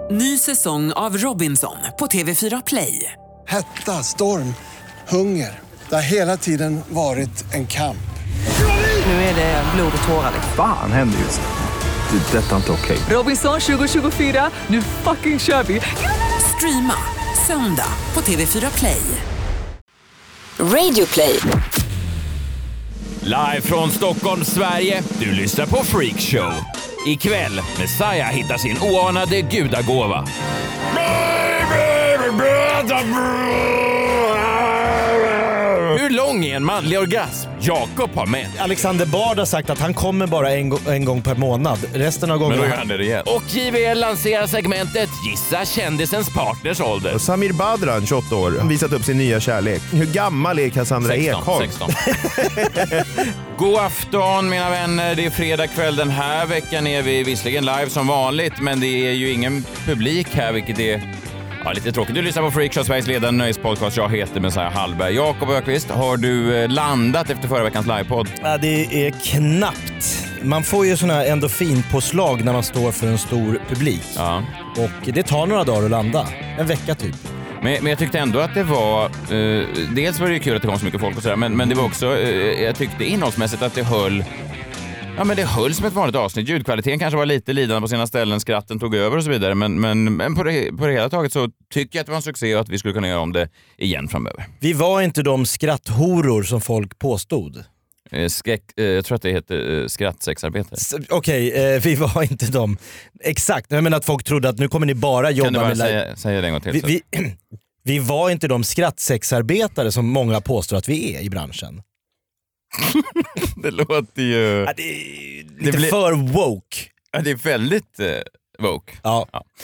Ny säsong av Robinson på TV4 Play. Hetta, storm, hunger. Det har hela tiden varit en kamp. Nu är det blod och tårar. Fan händer just nu. Det. Detta är inte okej. Robinson 2024, nu fucking kör vi. Streama söndag på TV4 Play. Radio Play. Live från Stockholm, Sverige. Du lyssnar på Freak Show. Ikväll, Messiah hittar sin oanade gudagåva. Hur lång är en manlig orgasm? Jakob har med. Alexander Bard har sagt att han kommer bara en gång per månad. Resten av gångerna... Men då gör han det rejält. Och JVL lanserar segmentet Gissa kändisens partners ålder. Och Samir Badran, 28 år, har visat upp sin nya kärlek. Hur gammal är Cassandra Ekholm? 16. God afton mina vänner, det är fredag kväll. Den här veckan är vi visserligen live som vanligt, men det är ju ingen publik här, vilket är... Ja, lite tråkigt. Du lyssnar på Freak Show, Sveriges ledande nöjespodcast. Jag heter Messiah Hallberg. Jakob Öqvist, har du landat efter förra veckans livepodd? Ja, det är knappt. Man får ju såna endorfinpåslag när man står för en stor publik. Ja. Och det tar några dagar att landa. En vecka typ. Men jag tyckte ändå att det var... dels var det ju kul att det kom så mycket folk och sådär, men det var också... jag tyckte innehållsmässigt att det höll... Ja, men det höll som ett vanligt avsnitt. Ljudkvaliteten kanske var lite lidande på sina ställen, skratten tog över och så vidare. Men på det hela taget så tycker jag att det var en succé och att vi skulle kunna göra om det igen framöver. Vi var inte de skratthoror som folk påstod. Jag tror att det heter skrattsexarbetare. Okej, vi var inte de. Exakt, jag menar att folk trodde att nu kommer ni bara jobba med... Kan du med... bara säga det en gång till? Vi var inte de skrattsexarbetare som många påstår att vi är i branschen. Det låter ju... Ja, det är lite för woke. Ja, det är väldigt woke. Ja.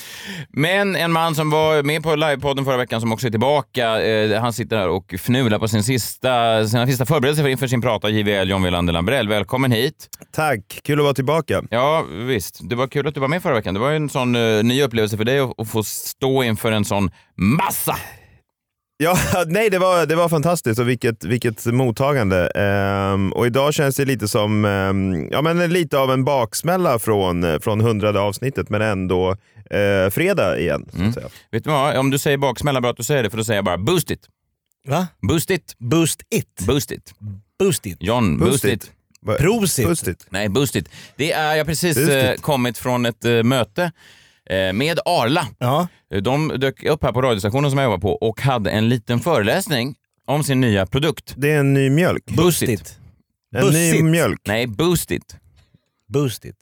Men en man som var med på livepodden förra veckan som också är tillbaka, han sitter här och fnular på sina sista förberedelser inför sin prata, JVL John Wilander Lambrell. Välkommen hit. Tack, kul att vara tillbaka. Ja, visst. Det var kul att du var med förra veckan. Det var ju en sån ny upplevelse för dig att få stå inför en sån massa. Ja, nej, det var fantastiskt och vilket mottagande. Och idag känns det lite som lite av en baksmälla från 100:e avsnittet, men ändå fredag igen. Så att säga. Vet du vad? Om du säger baksmälla, bra att du säger det, för då säger jag bara boost it. Va? Boost it. Boost it. Boost it. Boost it. John, boost it. Prosit. Boost it. Nej, boost it. Det är jag precis kommit från ett möte med Arla. Ja. De dök upp här på radiostationen som jag jobbar på och hade en liten föreläsning om sin nya produkt. Det är en ny mjölk. Boost it. En ny mjölk. Nej, boost it. Boost it.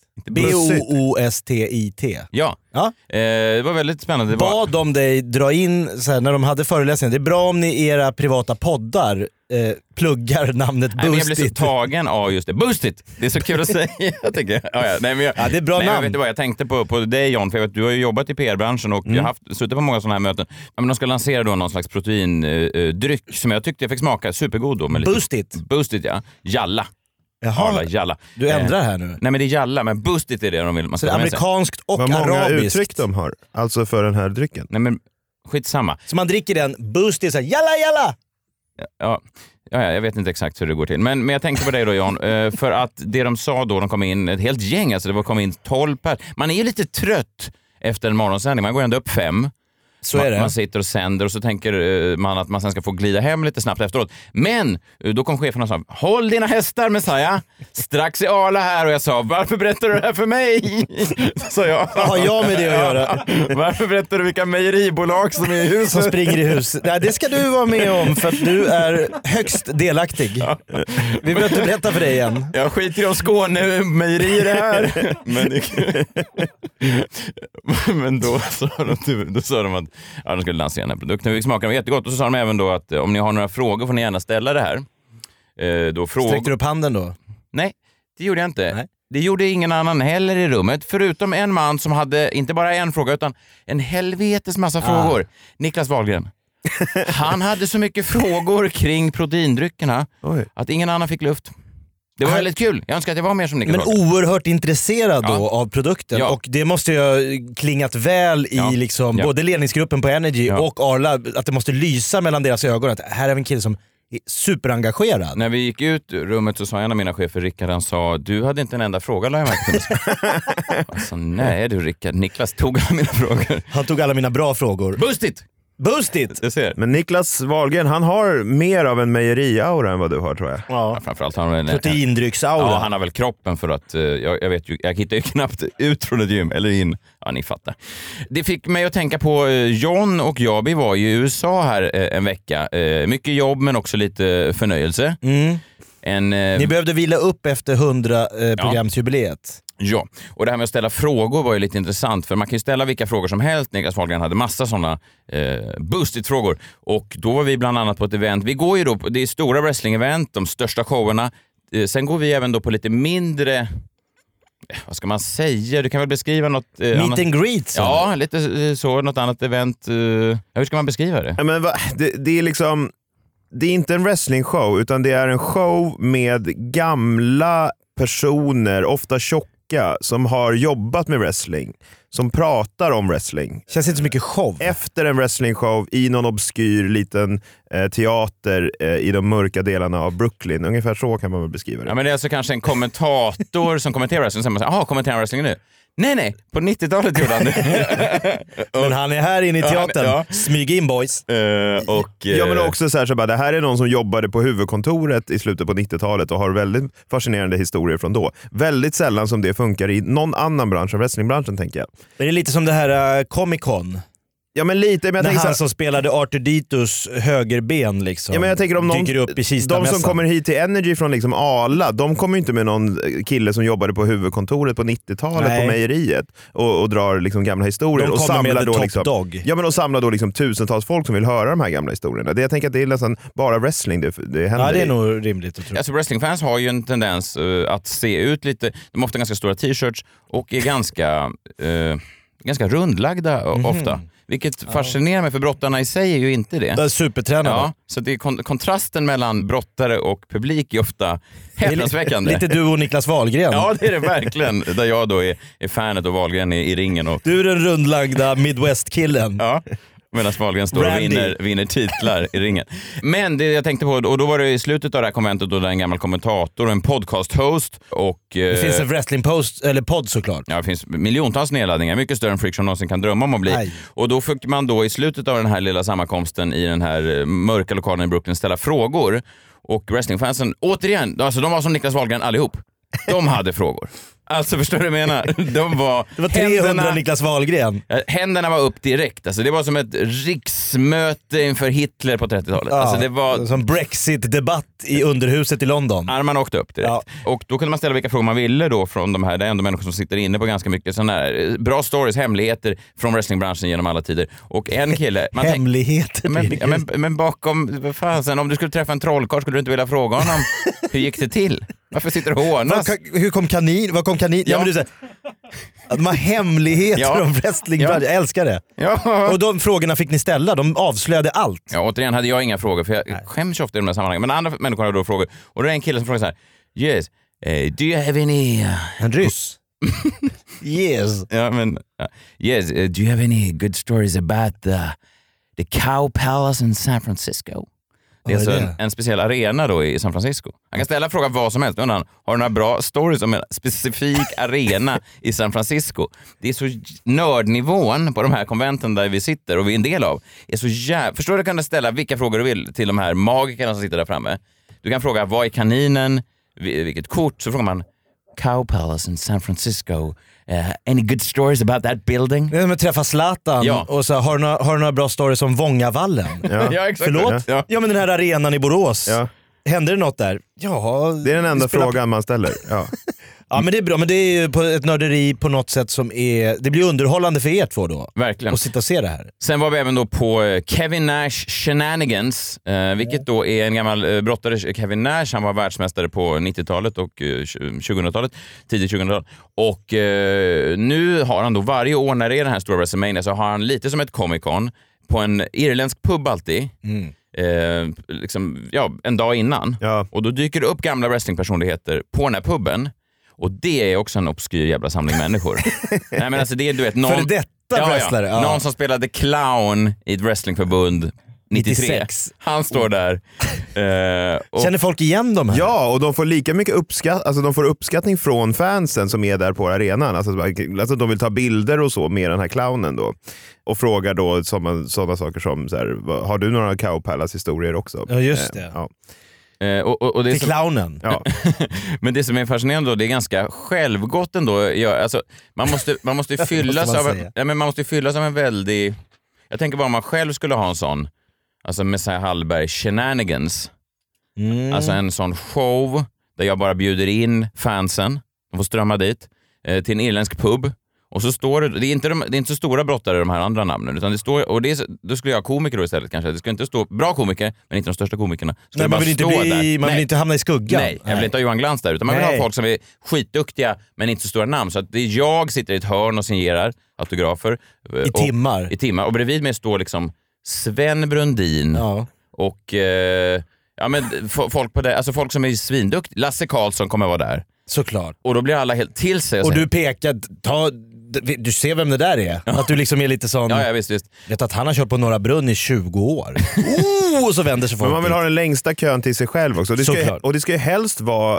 B-O-O-S-T-I-T. Ja. Det var väldigt spännande. Bad de dig dra in så här, när de hade föreläsningen? Det är bra om ni i era privata poddar pluggar namnet Boost it. Men jag blev så tagen av just det. Boost it! Det är så kul att säga, jag tycker. Det är bra namn. Vet du vad, jag tänkte på dig, John, för jag vet, du har ju jobbat i PR-branschen och jag har suttit på många sådana här möten. Men de ska lansera då någon slags proteindryck som jag tyckte jag fick smaka supergod då. Boost it? Boost it, ja. Jalla. Jaha, jalla. Du ändrar här nu. Nej, men det är jalla, men boost it är det de vill. Man ska så det är amerikanskt och arabiskt. Vad många arabiskt uttryck de har, alltså för den här drycken. Nej, men skitsamma. Så man dricker den, boost it, så här, jalla! Ja, jag vet inte exakt hur det går till. Men jag tänkte på dig då, John. För att det de sa då, de kom in ett helt gäng, alltså det kom in 12 per. Man är ju lite trött efter en morgonsändning. Man går ändå upp 5. Så är det. Man sitter och sänder och så tänker man att man sen ska få glida hem lite snabbt efteråt. Men då kom chefen och sa, håll dina hästar, Messiah. Strax i Arla här. Och jag sa, varför berättar du det här för mig? Så jag. Vad har jag med det att göra? Varför berättar du vilka mejeribolag som är i huset? Som springer i hus. Nej, det ska du vara med om för att du är högst delaktig. Ja. Vi behöver inte berätta för dig igen. Jag skiter i om Skåne-mejerier är här. Men då sa de att de skulle lansera den här produkten. Vi smakade dem jättegott och så sa de även då att om ni har några frågor får ni gärna ställa det här. Sträckte du upp handen då? Nej, det gjorde jag inte. Nej. Det gjorde ingen annan heller i rummet, förutom en man som hade inte bara en fråga utan en helvetes massa frågor. Niklas Wahlgren. Han hade så mycket frågor kring proteindryckerna att ingen annan fick luft. Det var väldigt kul. Jag önskar att jag var mer som Niklas. Men oerhört intresserad då av produkten. Ja. Och det måste ju ha klingat väl i liksom både ledningsgruppen på Energy och Arla. Att det måste lysa mellan deras ögon. Att här är en kille som superengagerad. När vi gick ut ur rummet så sa en av mina chefer, Rickard, han sa, du hade inte en enda fråga, la jag märke till. Alltså, nej du Rickard, Niklas tog alla mina frågor. Han tog alla mina bra frågor. Boostit! Du ser. Men Niklas Wahlgren, han har mer av en mejeri-aura än vad du har, tror jag. Ja, framförallt har han en proteindrycksaura. Ja, han har väl kroppen för att jag vet ju, jag hittar ju knappt ut från ett gym eller in. Ja, ni fattar. Det fick mig att tänka på John och jag, vi var ju i USA här en vecka. Mycket jobb men också lite förnöjelse. Ni behövde vila upp efter 100 programsjubileet. Ja, och det här med att ställa frågor var ju lite intressant, för man kan ju ställa vilka frågor som helst. Niklas Wahlgren hade massa sådana boosted-frågor, och då var vi bland annat på ett event. Vi går ju då på, det är stora wrestling-event, de största showerna. Sen går vi även då på lite mindre, vad ska man säga? Du kan väl beskriva något... Meet and greet. Ja, lite så, något annat event. Hur ska man beskriva det? Ja, men det är liksom... Det är inte en wrestling-show, utan det är en show med gamla personer, ofta tjocka, som har jobbat med wrestling, som pratar om wrestling. Känns inte så mycket show. Efter en wrestling-show i någon obskyr liten teater i de mörka delarna av Brooklyn. Ungefär så kan man väl beskriva det. Ja, men det är alltså kanske en kommentator som kommenterar wrestling. Sen man säger, kommenterar wrestling nu? Nej, på 90-talet gjorde han det. Men han är här inne i teatern. Ja. Smyg in, boys. Ja, men också så här, så bara, det här är någon som jobbade på huvudkontoret i slutet på 90-talet och har väldigt fascinerande historier från då. Väldigt sällan som det funkar i någon annan bransch än wrestlingbranschen, tänker jag. Det är lite som det här Comic-Con. Ja, men lite, men jag när han som spelade Arthur Ditus högerben liksom. Ja, men jag tänker om någon, upp i de som kommer hit till Energy från liksom Ala, de kommer ju inte med någon kille som jobbade på huvudkontoret på 90-talet på mejeriet och drar liksom gamla historier och samlar då liksom, och samlar då liksom tusentals folk som vill höra de här gamla historierna. Det jag tänker att det är nästan bara wrestling det händer. Ja, det är nog rimligt att tro. Alltså wrestlingfans har ju en tendens att se ut lite, de har ofta ganska stora t-shirts och är ganska rundlagda ofta. Vilket fascinerar mig, för brottarna i sig är ju inte det. Det är supertränare. Ja, så det är kontrasten mellan brottare och publik är ofta häpnadsväckande. Lite du och Niklas Wahlgren. Ja, det är det verkligen. Där jag då är fanet och Wahlgren i ringen. Och... Du är den rundlagda Midwest-killen. Ja. Medan Wahlgren står och vinner titlar i ringen. Men det jag tänkte på, och då var det i slutet av det här konventet då det är en gammal kommentator och en podcast-host. Och, det finns en wrestling-post, eller podd såklart. Ja, det finns miljontals nedladdningar, mycket större än Friction någonsin kan drömma om att bli. Nej. Och då fick man då i slutet av den här lilla sammankomsten i den här mörka lokalen i Brooklyn ställa frågor. Och wrestlingfansen, återigen, alltså de var som Niklas Wahlgren allihop. De hade frågor. Alltså förstår du vad jag menar? Det var 300 Niklas Wahlgren. Händerna var upp direkt. Alltså det var som ett riksmöte inför Hitler på 30-talet. Ja, alltså det var som Brexit-debatt i underhuset i London. Armarna åkte upp direkt. Ja. Och då kunde man ställa vilka frågor man ville då från de här. Det är ändå människor som sitter inne på ganska mycket sådana här bra stories, hemligheter från wrestlingbranschen genom alla tider. Och en kille... Hemligheter? Men bakom... Vad fan, sen, om du skulle träffa en trollkarl skulle du inte vilja fråga honom hur gick det till? Varför sitter du och hånas? Hur kom kanin? Vad kom kanin? Ja. Men du säger, de har hemligheter om wrestling. Jag älskar det. Ja. Och de frågorna fick ni ställa. De avslöjade allt. Ja, återigen hade jag inga frågor, för jag skäms ofta i de här sammanhangen. Men andra människor hade då frågor. Och då är en kille som frågar så här: Yes, do you have any... En ryss? Yes. Ja, men... Yes, do you have any good stories about the Cow Palace in San Francisco? Det är alltså en speciell arena då i San Francisco. Han kan ställa frågan vad som helst. Har du några bra stories om en specifik arena i San Francisco? Det är så nördnivån på de här konventen där vi sitter och vi är en del av. Är så Förstår du, kan du ställa vilka frågor du vill till de här magikerna som sitter där framme. Du kan fråga, vad är kaninen? Vilket kort? Så frågar man, Cow Palace in San Francisco. Any good stories about that building? Det är som att träffa Zlatan och så har du några bra stories om Vångavallen? Ja, exakt. Förlåt? Ja, men den här arenan i Borås. Ja. Hände det något där? Ja. Det är den enda frågan man ställer. Ja. Ja, men det är bra, men det är ju på ett nörderi på något sätt som är... Det blir underhållande för er två då. Verkligen. Och sitta och se det här. Sen var vi även då på Kevin Nash Shenanigans, vilket då är en gammal brottare. Kevin Nash, han var världsmästare på 90-talet och 2000-talet, tidigt 2000-tal. Och nu har han då varje år när det är den här stora WrestleMania så har han lite som ett Comic-Con på en irländsk pub alltid. Liksom, en dag innan. Ja. Och då dyker det upp gamla wrestlingpersonligheter på den här puben. Och det är också en obskyr jävla samling människor. Nej, men alltså det är, du vet, någon... För detta wrestlare. Ja. Någon som spelade clown i ett wrestlingförbund 96. Han står där. Känner folk igen dem här? Ja, och de får lika mycket uppskattning från fansen som är där på arenan. Alltså de vill ta bilder och så med den här clownen då. Och frågar då sådana saker som så här, har du några Cow Palace historier också? Ja, just det. Ja. Och det till clownen. Ja. Men det som är fascinerande då, det är ganska självgott ändå. Alltså, man måste fyllas av en väldig... Jag tänker bara om man själv skulle ha en sån, alltså Messiah Hallberg shenanigans. Alltså en sån show där jag bara bjuder in fansen, de får strömma dit, till en irländsk pub. Och så står det är inte så stora brottare de här andra namnen, utan det står, och då skulle jag ha komiker då istället kanske. Det skulle inte stå bra komiker, men inte de största komikerna. Nej, man vill inte hamna i skuggan. Nej, jag vill inte ha Johan Glans där, utan man vill ha folk som är skitduktiga men inte så stora namn. Så att jag sitter i ett hörn och signerar autografer. I timmar. Och bredvid mig står liksom Sven Brundin och folk på det, alltså folk som är svinduktiga. Lasse Karlsson kommer vara där. Såklart. Och då blir alla helt till sig. Och du pekar, du ser vem det där är. Ja. Att du liksom är lite sån... Ja, visst. Vet att han har kört på Norra Brunn i 20 år. Och så vänder sig folk. Men man vill ha den längsta kön till sig själv också. Det skulle helst vara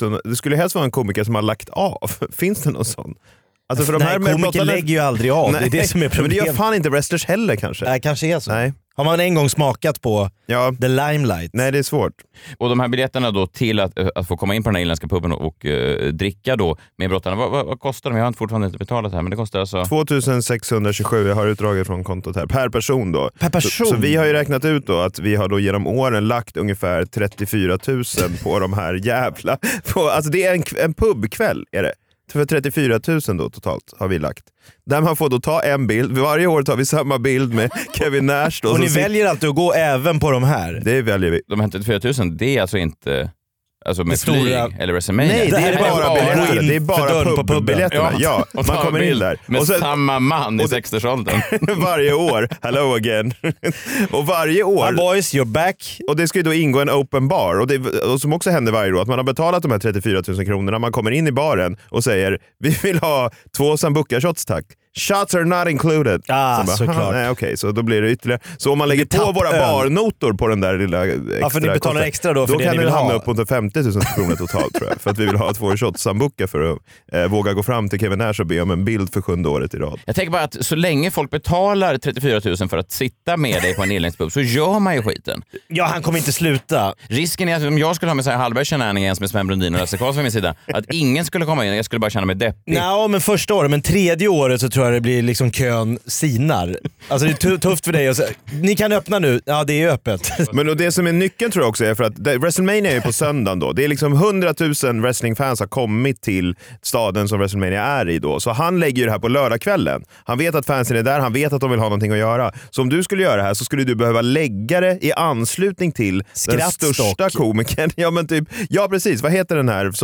en komiker som har lagt av. Finns det någon sån? Alltså för komiker lägger ju aldrig av. Nej. Det är det som är problemet. Men det gör fan inte wrestlers heller kanske. Nej, kanske är så. Nej. Har man en gång smakat på the limelight? Nej, det är svårt. Och de här biljetterna då till att få komma in på den här irländska puben och dricka då med brottarna, vad kostar de? Jag har fortfarande inte betalat här, men det kostar alltså... 2627, jag har utdraget från kontot här, per person då. Per person? Så vi har ju räknat ut då att vi har då genom åren lagt ungefär 34 000 på de här jävla... Alltså det är en pubkväll, är det. För 34 000 då totalt har vi lagt. Där man får då ta en bild. Varje år tar vi samma bild med Kevin Nash. Då, och ni väljer alltid att gå även på de här? Det väljer vi. De här 34 000, det är alltså inte... Alltså med flyg eller WrestleMania. Nej, det är bara biljetter. Det är bara pubbiljetterna. Ja, man kommer in där. Med och samma man i 60-årsåldern. Varje år. Hello again. Och varje år. My boys, you're back. Och det ska ju då ingå en open bar. Och som också händer varje år. Att man har betalat de här 34 000 kronorna. Man kommer in i baren och säger vi vill ha 2 sambuca-shots tack. Shots are not included. Såklart. Nej, okej, så då blir det ytterligare. Så om man lägger på våra barnotor på den där lilla extra... Ja, för ni betalar extra då för det ni vill ha. Då kan det hamna upp mot 50 000 kronor totalt tror jag. För att vi vill ha 2 shots sambuca för att våga gå fram till Kevin Nash och be om en bild för 7:e året i rad. Jag tänker bara att så länge folk betalar 34 000 för att sitta med dig på en irländsk pub så gör man ju skiten. Ja, han kommer inte sluta. Risken är att om jag skulle ha med sig Hallberg shenanigans med Sven Brundin och Lasse Karlsson vid min sida, att ingen skulle komma in, jag skulle bara känna mig deppig. Nej, men första året, men 3:e året så tror jag det blir liksom kön sinar. Alltså det är tufft för dig att säga, ni kan öppna nu. Ja, det är öppet. Men och det som är nyckeln tror jag också är för att WrestleMania är ju på söndagen då. Det är liksom 100 000 wrestlingfans har kommit till staden som WrestleMania är i då. Så han lägger ju det här på lördagskvällen. Han vet att fansen är där, han vet att de vill ha någonting att göra. Så om du skulle göra det här så skulle du behöva lägga det i anslutning till den största komikern. Ja, men typ, ja precis, vad heter den här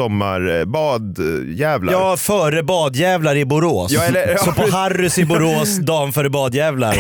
badjävlar? Ja, före badjävlar i Borås. Ja, så på Harrys i Borås dagen före badjävlar.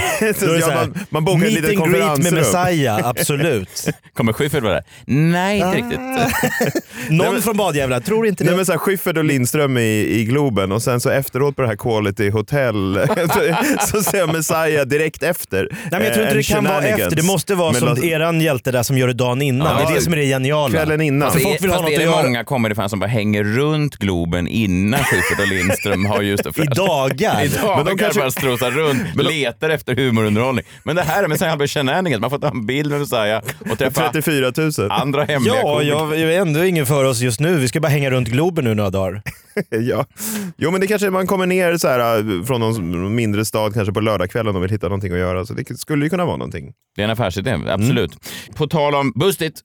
man bokar en liten konferensrum. Med Messiah, absolut. Kommer Schyffert vara där? Nej, inte riktigt. Någon från badjävlar, tror inte det. Nej, men så här, Schyffert och Lindström i Globen och sen så efteråt på det här Quality Hotel så ser Messiah direkt efter. Nej, men jag tror inte det kan vara efter. Det måste vara som eran hjälte där som gör det dagen innan. Det är det som är det geniala. Kvällen innan. Alltså, folk vill ha något att göra. Många comedy-fans som bara hänger runt Globen innan Schyffert och Lindström har just det. I dagar. Men de kanske bara strosar runt, letar efter humorunderhållning. Men det här är med Messiah shenanigans. Man får ta en bild med Messiah och träffa 34 000 andra hemliga komiker. Jag är ändå ingen för oss just nu. Vi ska bara hänga runt Globen nu några dagar. Ja. Jo, men det kanske man kommer ner så här från någon mindre stad kanske på lördagskvällen och vill hitta någonting att göra. Så det skulle ju kunna vara någonting. Det är en affärsidé, absolut. På tal om Bustit.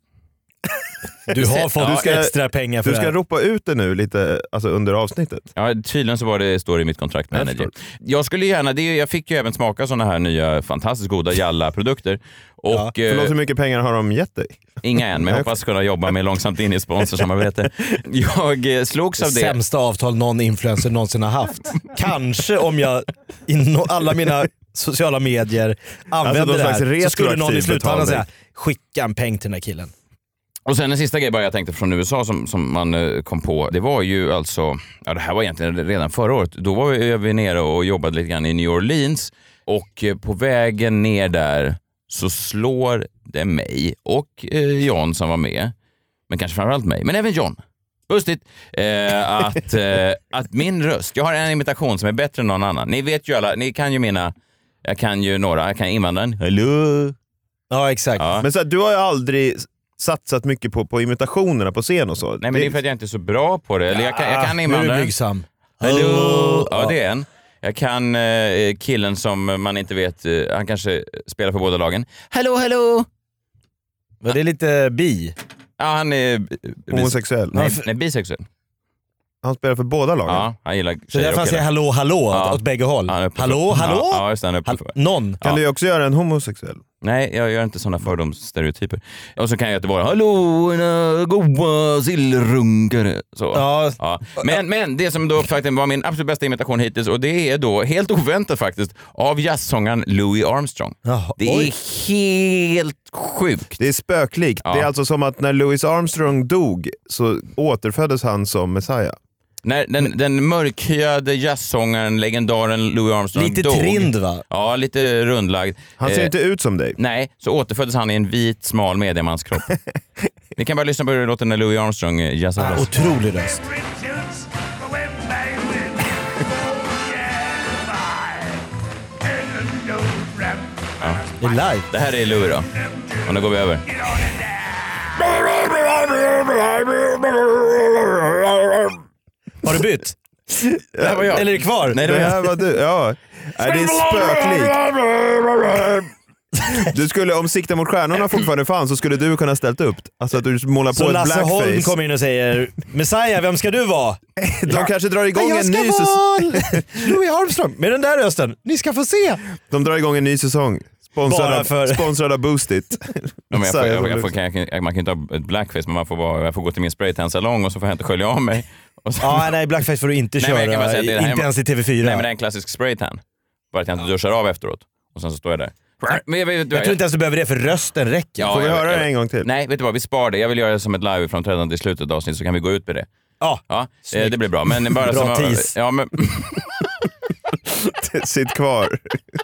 Du har fått extra pengar för det. Du ska ropa ut det nu lite under avsnittet. Ja, tydligen så står det i mitt kontrakt med Energy. Jag skulle gärna, jag fick ju även smaka såna här nya fantastiskt goda Jalla-produkter. Och, förlåt, hur mycket pengar har de gett dig? Inga än, men jag hoppas kunna jobba med långsamt in i sponsorsamarbete. Jag slogs av det. Sämsta avtal någon influencer någonsin har haft. Kanske om jag i alla mina sociala medier använder det här så skulle någon i slutändan säga skicka en peng till den här killen. Och sen en sista grej bara jag tänkte från USA som man kom på. Det var ju alltså, det här var egentligen redan förra året. Då var vi nere och jobbade lite grann i New Orleans. Och på vägen ner där så slår det mig och John som var med, men kanske framförallt mig, men även John. Bustigt. Att min röst, jag har en imitation som är bättre än någon annan. Ni vet ju alla, ni kan ju jag kan ju några, jag kan invandraren. Hallå! Ja, exakt. Ja. Men så här, du har ju aldrig satsat mycket på imitationerna på scen och så. Nej, men det är för att jag inte är så bra på det. Eller jag kan invandraren. Nu är du blygsam. Hallå! Ja, det är en. Jag kan killen som man inte vet, han kanske spelar för båda lagen. Hallå! Men det är lite bi. Ja, han är homosexuell. Nej, bisexuell. Han spelar för båda lagen. Ja, han gillar tjejer. Så därför han säger hallå åt bägge håll. Hallå? Ja, just det, han är uppe för. Någon. Kan du också göra en homosexuell? Nej, jag gör inte sådana fördomsstereotyper. Och så kan jag Göteborg. Hallå, goa sillrunkare. Så. Ja. Men det som då faktiskt var min absolut bästa imitation hittills, och det är då helt oväntat faktiskt, av jazzsångaren Louis Armstrong. Det är helt sjukt. Det är spöklikt. Ja. Det är alltså som att när Louis Armstrong dog så återföddes han som Messiah. När den mörkhyade jazzsångaren, legendaren Louis Armstrong lite dog. Lite trind, va? Ja, lite rundlagd. Han ser inte ut som dig. Nej, så återföddes han i en vit, smal mediamanskropp. Ni kan bara lyssna på hur det låter när Louis Armstrong jazzar. Otrolig röst. Det är live. Det här är Louis då. Och nu går vi över. Har du bytt? Det här var jag. Eller är det kvar? Nej, det här var du. Ja. Nej, det är spöklikt. Du skulle, om Sikta mot stjärnorna fortfarande fanns, så skulle du kunna ställt upp. Alltså att du målar på så ett Lasse blackface. Holm kommer in och säger: Messiah, vem ska du vara? De kanske drar igång en ny säsong. Louis Armstrong, med den där rösten. Ni ska få se. De drar igång en ny säsong. Sponsrad av Boost It. Ja, man kan inte ha ett blackface, men jag får gå till min spraytan-salong och så får jag inte skölja av mig. Nej, blackface får du inte köra. Inte ens i TV4. Nej, men det är en klassisk spraytan. Bara att jag inte duschar av efteråt. Och sen så står jag där. Men jag tror inte ens du behöver det, för rösten räcker. Får vi höra det en gång till? Nej, vet du vad, vi sparar det. Jag vill göra det som ett live-framträdande i slutet av avsnittet, så kan vi gå ut med det. Ja, det blir bra. Men bara bra tis. Ja, men sitt kvar.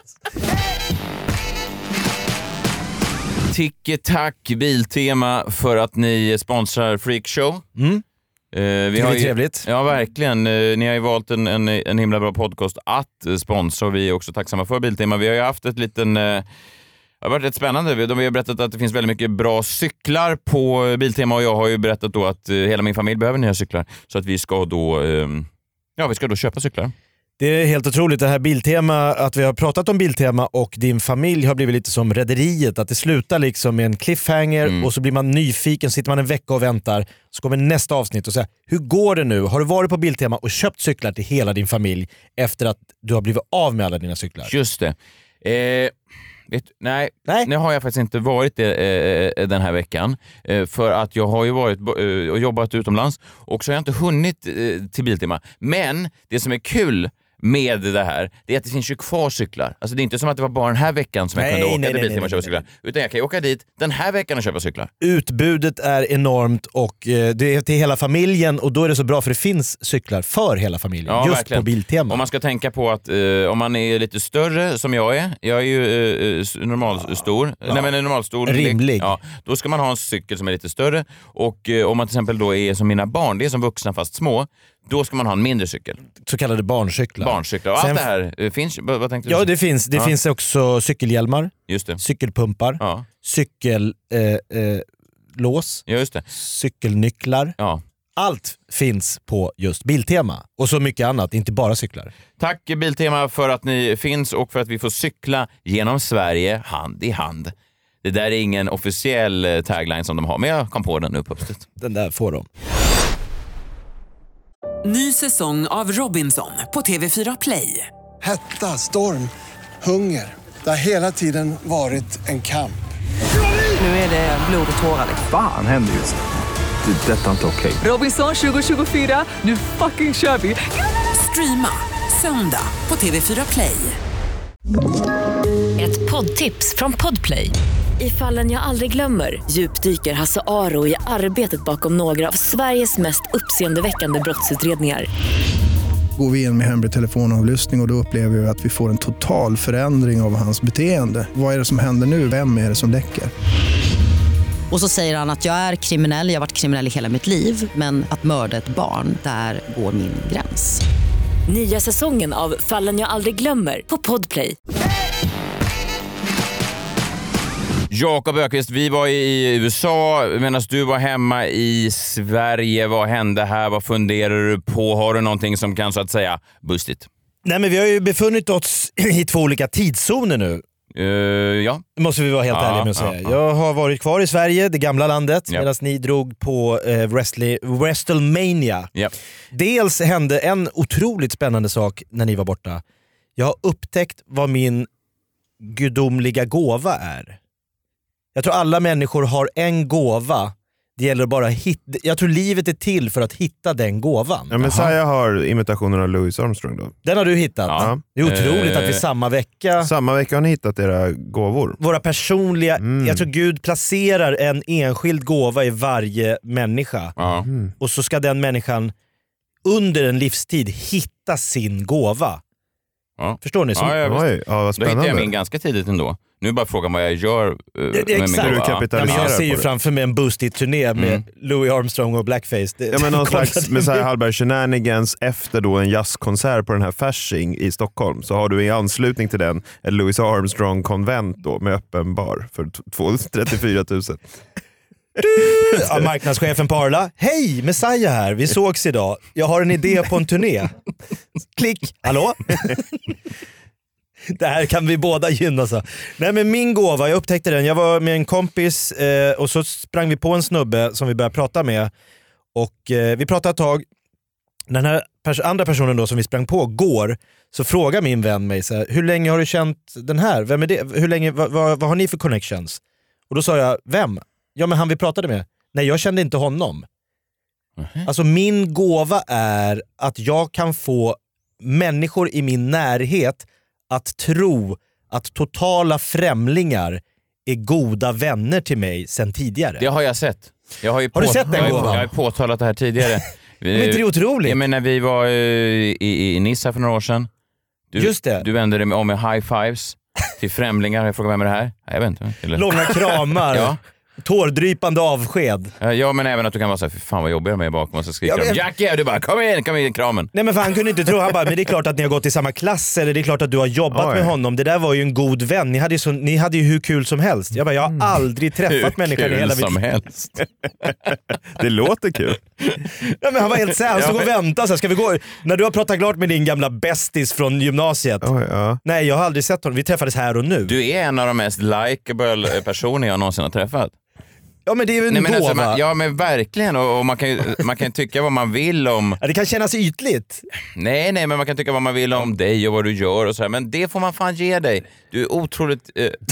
Tack Biltema för att ni sponsrar Freakshow. Det är trevligt. Ja, verkligen. Ni har ju valt en himla bra podcast att sponsra. Vi är också tacksamma för Biltema. Vi har ju haft ett liten... det har varit rätt spännande. De har berättat att det finns väldigt mycket bra cyklar på Biltema, och jag har ju berättat då att hela min familj behöver nya cyklar. Så att vi ska då köpa cyklar. Det är helt otroligt det här Biltema, att vi har pratat om Biltema och din familj har blivit lite som Rederiet, att det slutar liksom med en cliffhanger och så blir man nyfiken, sitter man en vecka och väntar, så kommer nästa avsnitt och säger: hur går det nu? Har du varit på Biltema och köpt cyklar till hela din familj efter att du har blivit av med alla dina cyklar? Just det. Nej, nu har jag faktiskt inte varit det den här veckan. För att jag har ju varit och jobbat utomlands, och så har jag inte hunnit till Biltema. Men det som är kul med det här, det är att det finns ju kvar cyklar. Alltså det är inte som att det var bara den här veckan som jag kunde åka till Biltema och köpa cyklar. Utan jag kan ju åka dit den här veckan och köpa cyklar. Utbudet är enormt, och det är till hela familjen, och då är det så bra för det finns cyklar för hela familjen. Ja, just verkligen. På Biltema. Om man ska tänka på att om man är lite större som jag är ju normalstor. Nej, men normalstor. Rimlig. Ja, då ska man ha en cykel som är lite större, och om man till exempel då är som mina barn, det är som vuxna fast små, då ska man ha en mindre cykel. Så kallade barnårscyklar. Barncyklar. Och allt det här finns. Vad tänkte du? Ja, det finns. Det finns också cykelhjälmar. Just det. Cykelpumpar. Ja. Cykellås. Ja, just det. Cykelnycklar. Ja. Allt finns på just Biltema. Och så mycket annat, inte bara cyklar. Tack Biltema för att ni finns och för att vi får cykla genom Sverige hand i hand. Det där är ingen officiell tagline som de har, men jag kom på den nu på uppstöt. Den där får de. Ny säsong av Robinson på TV4 Play. Hetta, storm, hunger. Det har hela tiden varit en kamp. Nu är det blod och tårar. Fan händer just det. Det är detta inte okej. Robinson 2024, nu fucking kör vi. Streama söndag på TV4 Play. Ett poddtips från Podplay. I Fallen jag aldrig glömmer djupdyker Hasse Aro i arbetet bakom några av Sveriges mest uppseendeväckande brottsutredningar. Går vi in med hemlig telefonavlyssning och då upplever vi att vi får en total förändring av hans beteende. Vad är det som händer nu? Vem är det som läcker? Och så säger han att jag är kriminell, jag har varit kriminell i hela mitt liv. Men att mörda ett barn, där går min gräns. Nya säsongen av Fallen jag aldrig glömmer på Podplay. Jakob Öqvist, vi var i USA medan du var hemma i Sverige. Vad hände här? Vad funderar du på? Har du någonting som kan så att säga bustigt? Nej, men vi har ju befunnit oss i 2 olika tidszoner nu. Ja. Måste vi vara helt ärliga med att säga. Jag har varit kvar i Sverige, det gamla landet, medan ni drog på WrestleMania. Dels hände en otroligt spännande sak när ni var borta. Jag har upptäckt vad min gudomliga gåva är. Jag tror alla människor har en gåva. Det gäller bara jag tror livet är till för att hitta den gåvan. Ja, men Messiah har imitationen av Louis Armstrong då. Den har du hittat. Ja. Det är otroligt att vi samma vecka har ni hittat era gåvor. Våra personliga, jag tror Gud placerar en enskild gåva i varje människa. Och så ska den människan under en livstid hitta sin gåva. Förstår ni? Vad spännande. Då hittade jag min ganska tidigt ändå. Nu är bara frågan vad jag gör med min gåva. Jag ser ju framför mig en boosted-turné med Louis Armstrong och Blackface. Men någon slags Messiah Hallberg shenanigans efter då en jazzkonsert på den här Fasching i Stockholm. Så har du i anslutning till den ett Louis Armstrong-konvent då med öppen bar för 34 000. Ja, marknadschefen på Arla. Hej, Messiah här. Vi sågs idag. Jag har en idé på en turné. Klick. Hallå? Det här kan vi båda gynna så. Nej, men min gåva, jag upptäckte den. Jag var med en kompis och så sprang vi på en snubbe som vi började prata med. Och vi pratade ett tag. Den här andra personen då som vi sprang på går, så frågar min vän mig så här, hur länge har du känt den här? Vem är det? Hur länge, vad har ni för connections? Och då sa jag, vem? Ja, men han vi pratade med. Nej, jag kände inte honom. Alltså min gåva är att jag kan få människor i min närhet att tro att totala främlingar är goda vänner till mig sen tidigare. Det har jag sett. Har du sett den gåvan? Jag har påtalat det här tidigare. Men inte det är otroligt? Jag menar, vi var i Nice för några år sedan. Just det. Du vände dig om med high fives till främlingar. Jag frågade, vem är det här? Jag vet inte. Eller? Långa kramar. Ja. Tårdrypande avsked. Ja, men även att du kan vara så här, för fan vad jobbar jag med bakom, och så skriker de, Jackie, och du bara, kom in, kramen. Nej, men för han kunde inte tro, han bara, men det är klart att ni har gått i samma klass, eller det är klart att du har jobbat med honom, det där var ju en god vän, ni hade ju hur kul som helst. Jag bara, jag har aldrig träffat människan i hela mitt som helst. Det låter kul. Ja, men han var helt han stod och väntade, så här, ska vi gå, när du har pratat klart med din gamla bästis från gymnasiet. Nej, jag har aldrig sett honom, vi träffades här och nu. Du är en av de mest likeable personer jag någonsin har träffat. Ja, men det är ju en gåva. Alltså, ja, men verkligen. Och man kan tycka vad man vill om... Ja, det kan kännas ytligt. Nej, men man kan tycka vad man vill om dig och vad du gör och så här. Men det får man fan ge dig. Du är otroligt...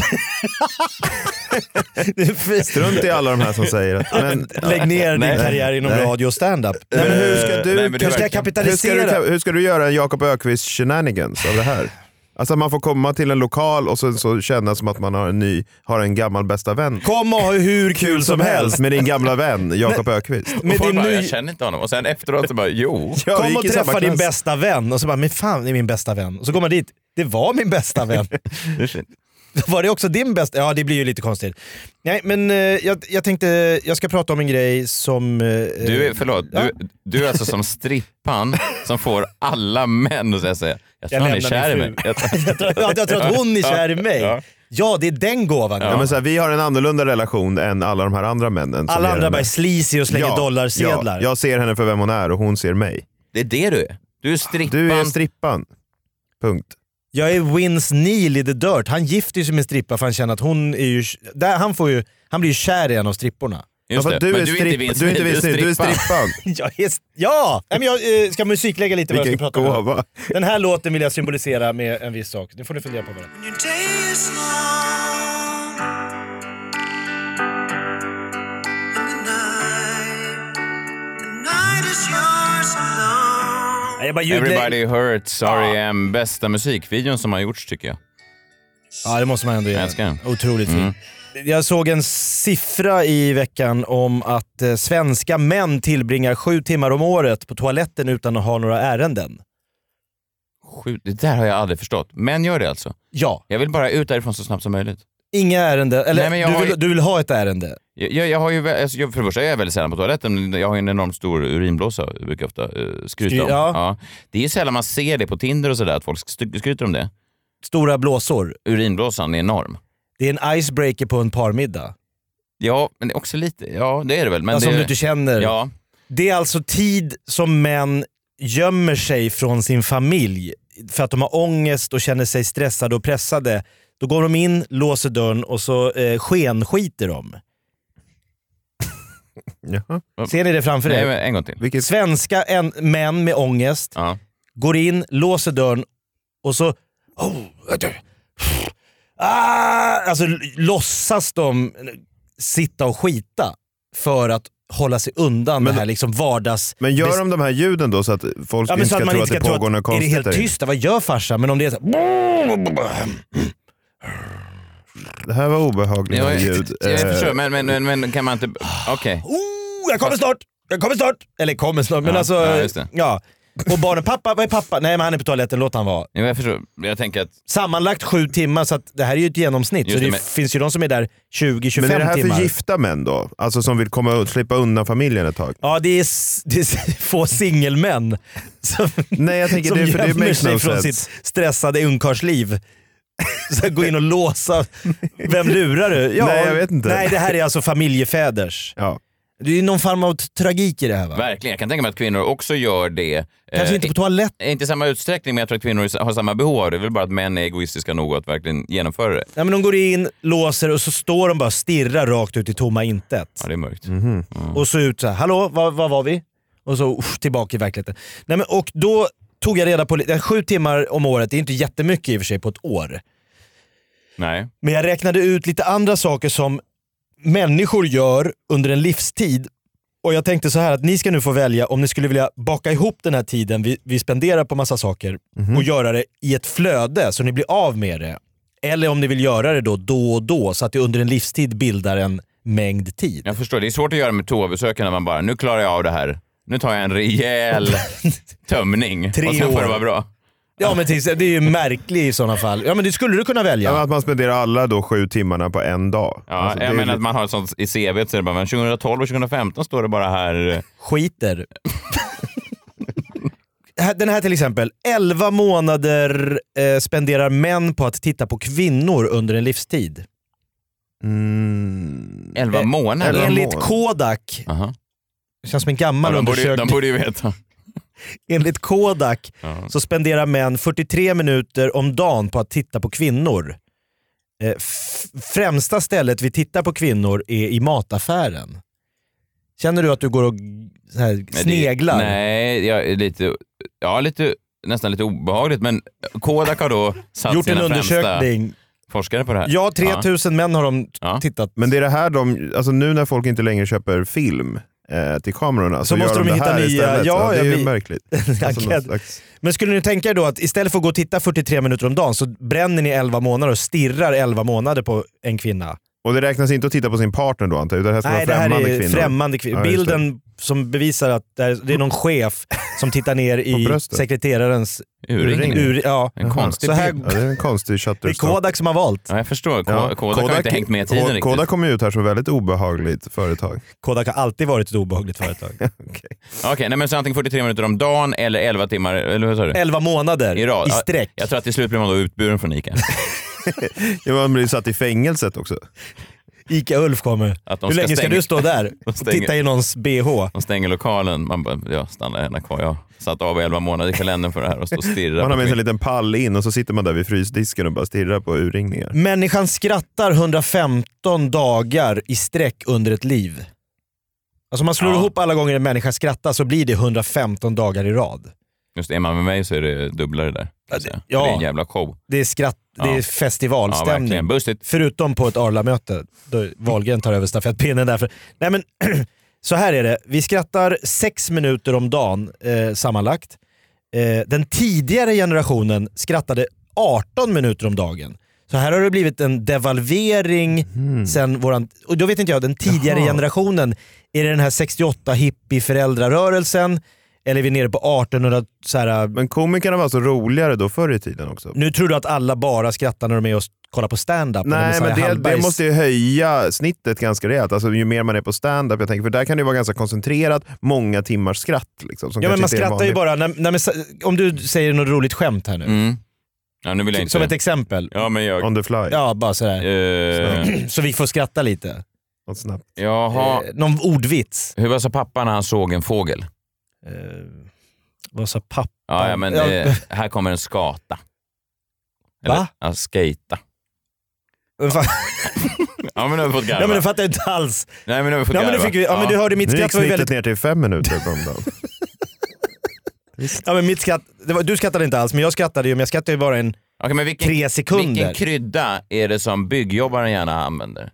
Strunt i alla de här som säger att... Men, lägg ner din karriär inom radio och stand-up. Men hur ska du... hur ska jag kapitalisera? Hur ska du göra en Jakob Öqvist shenanigans av det här? Alltså man får komma till en lokal och så känna som att man har en gammal bästa vän. Kom och ha hur kul som helst med din gamla vän Jakob Öqvist. Jag känner inte honom. Och sen efteråt så bara, kom och träffa din bästa vän. Och så bara, men fan, det är min bästa vän. Och så går man dit, det var min bästa vän. Var det också din bästa? Ja, det blir ju lite konstigt. Nej, men jag tänkte, jag ska prata om en grej som... Du är alltså som strippan som får alla män att säga. Jag tror han är kär i mig. Jag tror att hon är kär i mig. Ja, det är den gåvan. Ja, men så här, vi har en annorlunda relation än alla de här andra männen. Alla andra bara sleazy och slänger dollarsedlar. Jag ser henne för vem hon är och hon ser mig. Det är det du är. Du är strippan. Du är strippan. Punkt. Jag är Vince Neil i The Dirt. Han gifter sig med strippa för han känner att hon är ju... han blir ju kär i en av stripporna. Just det. Du är strippan. Ja! Men jag ska musiklägga lite vad jag ska prata om. Gåva. Den här låten vill jag symbolisera med en viss sak. Nu får ni fundera på vad det är. Everybody Hurts, R.E.M. Bästa musikvideon som har gjorts, tycker jag. Ja, det måste man ändå göra. Älskar. Otroligt fint. Jag såg en siffra i veckan om att svenska män tillbringar 7 timmar om året på toaletten utan att ha några ärenden. Det där har jag aldrig förstått. Men gör det alltså? Ja. Jag vill bara ut därifrån så snabbt som möjligt. Inga ärenden, eller Nej, men du vill ha ett ärende? Jag har ju, alltså, för det första är jag väldigt sällan på toaletten. Jag har ju en enormt stor urinblåsa, jag brukar ofta skryta om. Ja. Det är ju sällan man ser det på Tinder och sådär, att folk skryter om det. Stora blåsor. Urinblåsan är enorm. Det är en icebreaker på en parmiddag. Ja, men det är också lite, ja det är det väl. Men alltså det, om du inte känner. Ja. Det är alltså tid som män gömmer sig från sin familj för att de har ångest och känner sig stressade och pressade. Då går de in, låser dörren och så skenskiter de. Jaha. Ser ni det framför er? Nej, en gång till. Svenska män med ångest går in, låser dörren och så alltså låtsas de sitta och skita för att hålla sig undan det här liksom vardags... Men gör de här ljuden då så att folk inte ska tro att det pågår något konstigt? Är det helt tyst? Vad gör farsan? Men om det är så här... Det här var obehagliga ljud. Jag förstår, men kan man inte... Okej. Jag kommer snart! Eller kommer snart, men alltså... Ja, just det. Ja. Och barnen, pappa, vad är pappa? Nej, men han är på toaletten, låt han vara. Ja, jag förstår. Jag tänker att... Sammanlagt 7 timmar, så att det här är ju ett genomsnitt. Just så det men... finns ju de som är där 20-25 timmar. Men är det här för gifta män då? Alltså som vill slippa undan familjen ett tag? Ja, det är få singelmän som, nej, jag tänker som det, för det gömmer sig no från sense. sitt stressade ungkarlsliv. Så gå in och låsa. Vem lurar du? Ja, nej, jag vet inte. Nej, det här är alltså familjefäders. Ja. Det är någon form av tragik i det här, va? Verkligen, jag kan tänka mig att kvinnor också gör det. Kanske inte på toalett. Inte i samma utsträckning, men jag tror att kvinnor har samma behov. Det är väl bara att män är egoistiska nog att verkligen genomföra det. Ja, men de går in, låser och så står de bara och stirrar rakt ut i tomma intet. Ja, det är mörkt. Och så ut så här, hallå, var var vi? Och så tillbaka i verkligheten. Nej, men, och då tog jag reda på 7 timmar om året, det är inte jättemycket i och för sig på ett år. Nej. Men jag räknade ut lite andra saker som människor gör under en livstid. Och jag tänkte så här att ni ska nu få välja om ni skulle vilja baka ihop den här tiden vi spenderar på massa saker och göra det i ett flöde så ni blir av med det. Eller om ni vill göra det då och då så att det under en livstid bildar en mängd tid. Jag förstår, det är svårt att göra med toabesöken när man bara, nu klarar jag av det här. Nu tar jag en rejäl tömning 3 och sen får år. det vara bra. Ja, men det är ju märkligt i sådana fall. Ja, men det skulle du kunna välja. Ja, att man spenderar alla då 7 timmarna på en dag. Ja, alltså, jag menar att man har ett sånt i CV så är det bara, men 2012 och 2015 står det bara här. Skiter. Den här till exempel. 11 månader spenderar män på att titta på kvinnor under en livstid. 11 månader? Enligt Kodak. Det känns som en gammal undersökning. De borde ju veta. Enligt Kodak så spenderar män 43 minuter om dagen på att titta på kvinnor. Främsta stället vi tittar på kvinnor är i mataffären. Känner du att du går och så här, sneglar? Nej, jag är lite nästan lite obehagligt, men Kodak har då satt gjort en sina undersökning. Främsta forskare på det här. Ja, 3000 män har de tittat. Men det är det här alltså nu när folk inte längre köper film till kamerorna så måste gör de det hitta här nya. istället. Ja, det är ju märkligt. Men skulle ni tänka er då att istället för att gå och titta 43 minuter om dagen så bränner ni 11 månader och stirrar 11 månader på en kvinna. Och det räknas inte att titta på sin partner då antar jag, utan det här ska vara främmande kvinnor. Främmande kvinnor. Ja, bilden som bevisar att det är någon chef som tittar ner i sekreterarens urring. Ja. En konstig så här, ja, det är en konstig det är Kodak som har valt. Ja, jag förstår. Kodak har inte hängt med i tiden riktigt. Kodak kommer ut här som ett väldigt obehagligt företag. Kodak har alltid varit ett obehagligt företag. Okej, nej, men så antingen 43 minuter om dagen eller 11 timmar, eller vad sa du? 11 månader i sträck. Jag tror att till slut blir man då utburen från Ica. Ja, man blir satt i fängelset också. Ica Ulf kommer. Hur länge ska du stå där? Titta i någons BH. De stänger lokalen. Man bara, stannar gärna kvar. Jag satt av 11 månader i kalendern för det här och stå och stirrar. Man har med sig en liten pall in och så sitter man där vid frysdisken och bara stirrar på urringningar. Människan skrattar 115 dagar i sträck under ett liv. Alltså man slår ihop alla gånger en människa skrattar så blir det 115 dagar i rad. Just är man med mig så är det dubbla det där. Det är en jävla show. Det är skratt, det är festivalstämning. Förutom på ett Arla-möte då Wahlgren tar över stafettpinnen därför. Nej men så här är det. Vi skrattar 6 minuter om dagen sammanlagt. Den tidigare generationen skrattade 18 minuter om dagen. Så här har det blivit en devalvering sen våran, och då vet inte jag, den tidigare generationen, är det den här 68 hippie-föräldrarörelsen Eller är vi nere på 1800 så här. Men komikerna var så roligare då förr i tiden också. Nu tror du att alla bara skrattar när de är och kollar på stand-up? Nej, men det måste ju höja snittet ganska rejält. Alltså ju mer man är på stand-up, jag tänker, för där kan det ju vara ganska koncentrerat, många timmars skratt. Liksom, som men man skrattar ju bara, om du säger något roligt skämt här nu. Mm. Ja, nu vill jag inte. Som ett exempel. Ja, men jag... On the fly. Ja, bara sådär. Så vi får skratta lite. Något snabbt. Jaha. Någon ordvits. Hur var så pappa när han såg en fågel? Vad sa pappa? Ja, men här kommer en skata. Va? Ja, skata. Ja, men nu har vi fått garva. Ja, men det fattar jag inte alls. Nej, men nu har vi fått garva. Men, men du hörde mitt skratt var ju väldigt... ner till 5 minuter på en dag. Ja, men mitt skratt, du skrattade inte alls, men jag skrattade ju, men jag skrattade ju bara en 3 sekunder. Vilken krydda är det som byggjobbaren gärna använder?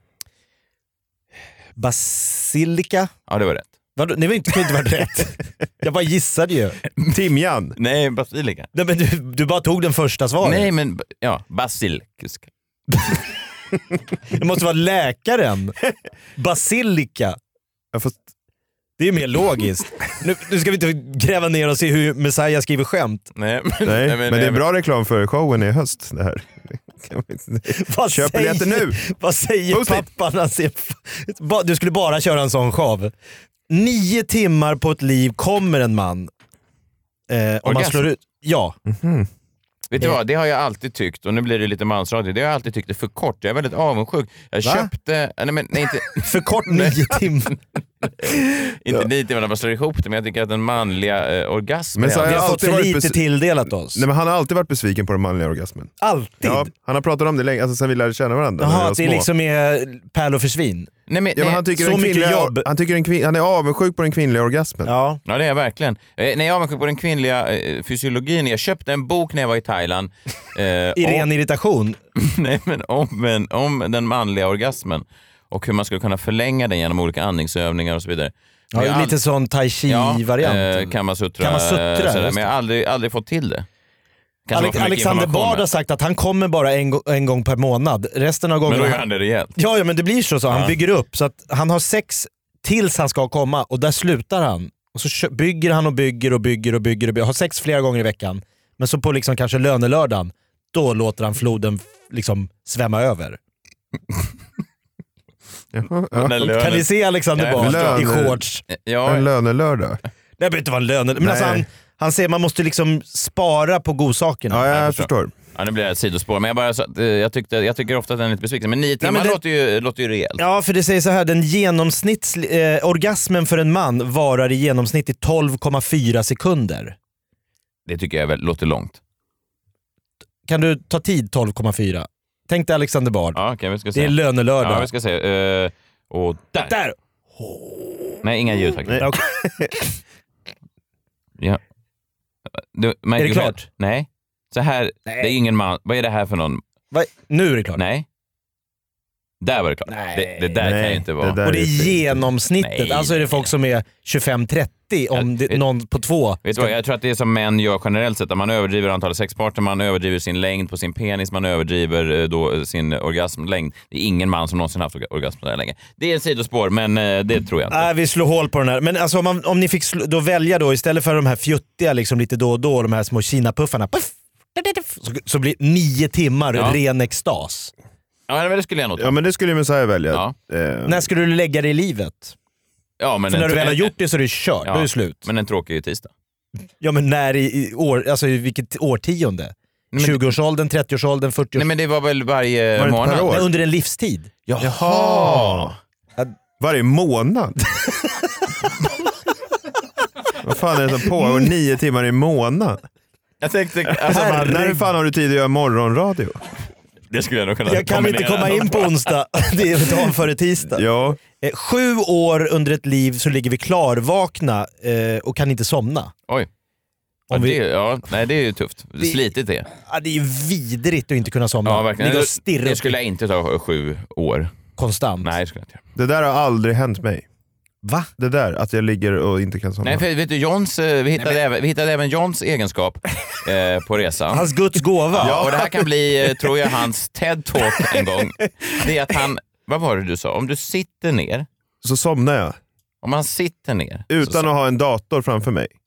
Basilika? Ja, det var rätt. Det var inte, kunde inte varit rätt. Jag bara gissade ju. Timjan? Nej, basilika. Nej, men du bara tog den första svaret. Nej, men ja, basilisk. Det måste vara läkaren. Basilika. Det är mer logiskt. Nu ska vi inte gräva ner och se hur Messiah skriver skämt. Nej, men det är bra reklam för showen i höst det här. Köp biljetter nu. Vad säger pappan när han ser... Du skulle bara köra en sån show. 9 timmar på ett liv kommer en man. Om man slår ut... Ja. Mm-hmm. Vet du vad, det har jag alltid tyckt, och nu blir det lite mansradio, det har jag alltid tyckt är för kort. Jag är väldigt avundsjuk. Jag köpte... Nej, inte... för kort 9 timmar. Inte 9 timmar när man slår ihop det, men jag tycker att den manliga orgasmen... Men så har fått för lite tilldelat oss. Nej, men han har alltid varit besviken på den manliga orgasmen. Alltid? Ja, han har pratat om det länge, alltså sen vi lärde känna varandra. Jaha, att det liksom är pärlor för svin. Men han tycker han är avundsjuk på den kvinnliga orgasmen. Ja, det är jag verkligen. Nej, jag är avundsjuk på den kvinnliga fysiologin. Jag köpte en bok när jag var i Thailand. I ren irritation? Nej, men om den manliga orgasmen. Och hur man skulle kunna förlänga den genom olika andningsövningar och så vidare. Ja, det är lite sån tai chi-variant. Kamasutra. Men jag har aldrig fått till det. Alexander Bard har sagt att han kommer bara en gång per månad. Resten av gångerna... Men då gör han det rejält. Ja, men det blir så. Han bygger upp. Så att han har 6 tills han ska komma, och där slutar han. Och så bygger han och bygger. Har 6 flera gånger i veckan. Men så på liksom kanske lönelördagen, då låter han floden liksom svämma över. Kan ni se Alexander Bard i shorts? En lönelördag. Det behöver inte vara en lön. Men alltså han säger man måste liksom spara på godsakerna. Ja, jag förstår. Ja, det blir ett sidospår. Men jag tycker ofta att den är lite besviken. Men 9 timmar låter ju rejält. Ja, för det säger så här. Den orgasmen för en man varar i genomsnitt i 12,4 sekunder. Det tycker jag väl låter långt. Kan du ta tid 12,4? Tänk dig Alexander Bard. Ja, okay, vi ska se. Det är lönelördag. Ja, vi ska se. Och där! Nej, inga ljud faktiskt. Okay. Ja. Är det klart? Nej. Så här, nej. Det är ingen man. Vad är det här för någon? Nu är det klart. Nej. Där var det klart. Det där kan ju inte vara. Och det är genomsnittet. Nej, alltså är det folk som är 25-30 om någon på 2. Vet du vad, jag tror att det är som män gör generellt sett. Att man överdriver antalet sexparter, man överdriver sin längd på sin penis, man överdriver då sin orgasmlängd. Det är ingen man som någonsin haft orgasm där länge. Det är ett sidospår, men det tror jag inte. Nej, vi slår hål på den här. Men alltså om ni fick då välja då, istället för de här fjuttiga liksom lite då och då, de här små kinapuffarna, puff, så blir 9 timmar ren extas. Ja, men det skulle jag nog ta. Ja, men det skulle Messiah välja. Ja. När skulle du lägga det i livet? Ja, men för när du väl har gjort det så är det kört, då är det slut. Men en tråkig tisdag. Ja, men när i år, alltså i vilket årtionde? 20-årsåldern, 30-årsåldern, 40-årsåldern? Nej, men det var väl varje månad. Nej, under en livstid. Jaha. Varje månad? Vad fan är det som pågår 9 timmar i månad? Jag tänkte, alltså, när fan har du tid att göra morgonradio? Det skulle jag nog kunna. Jag kan inte komma in på onsdag. Det är dagen före tisdag. Ja. 7 år under ett liv så ligger vi klarvakna och kan inte somna. Oj. Nej, det är ju tufft. Slitigt det. Ja, det är ju vidrigt att inte kunna somna. Ja, verkligen. Det skulle jag inte ta 7 år. Konstant. Nej, det skulle jag inte göra. Det där har aldrig hänt mig. Va? Det där, att jag ligger och inte kan somna. Nej, för vet du, vi hittade även Johns egenskap på resan. Hans Guds gåva. Ja, och det här kan bli, tror jag, hans TED-talk en gång. Det är att vad var det du sa? Om du sitter ner. Så somnar jag. Om man sitter ner. Utan att ha en dator framför mig.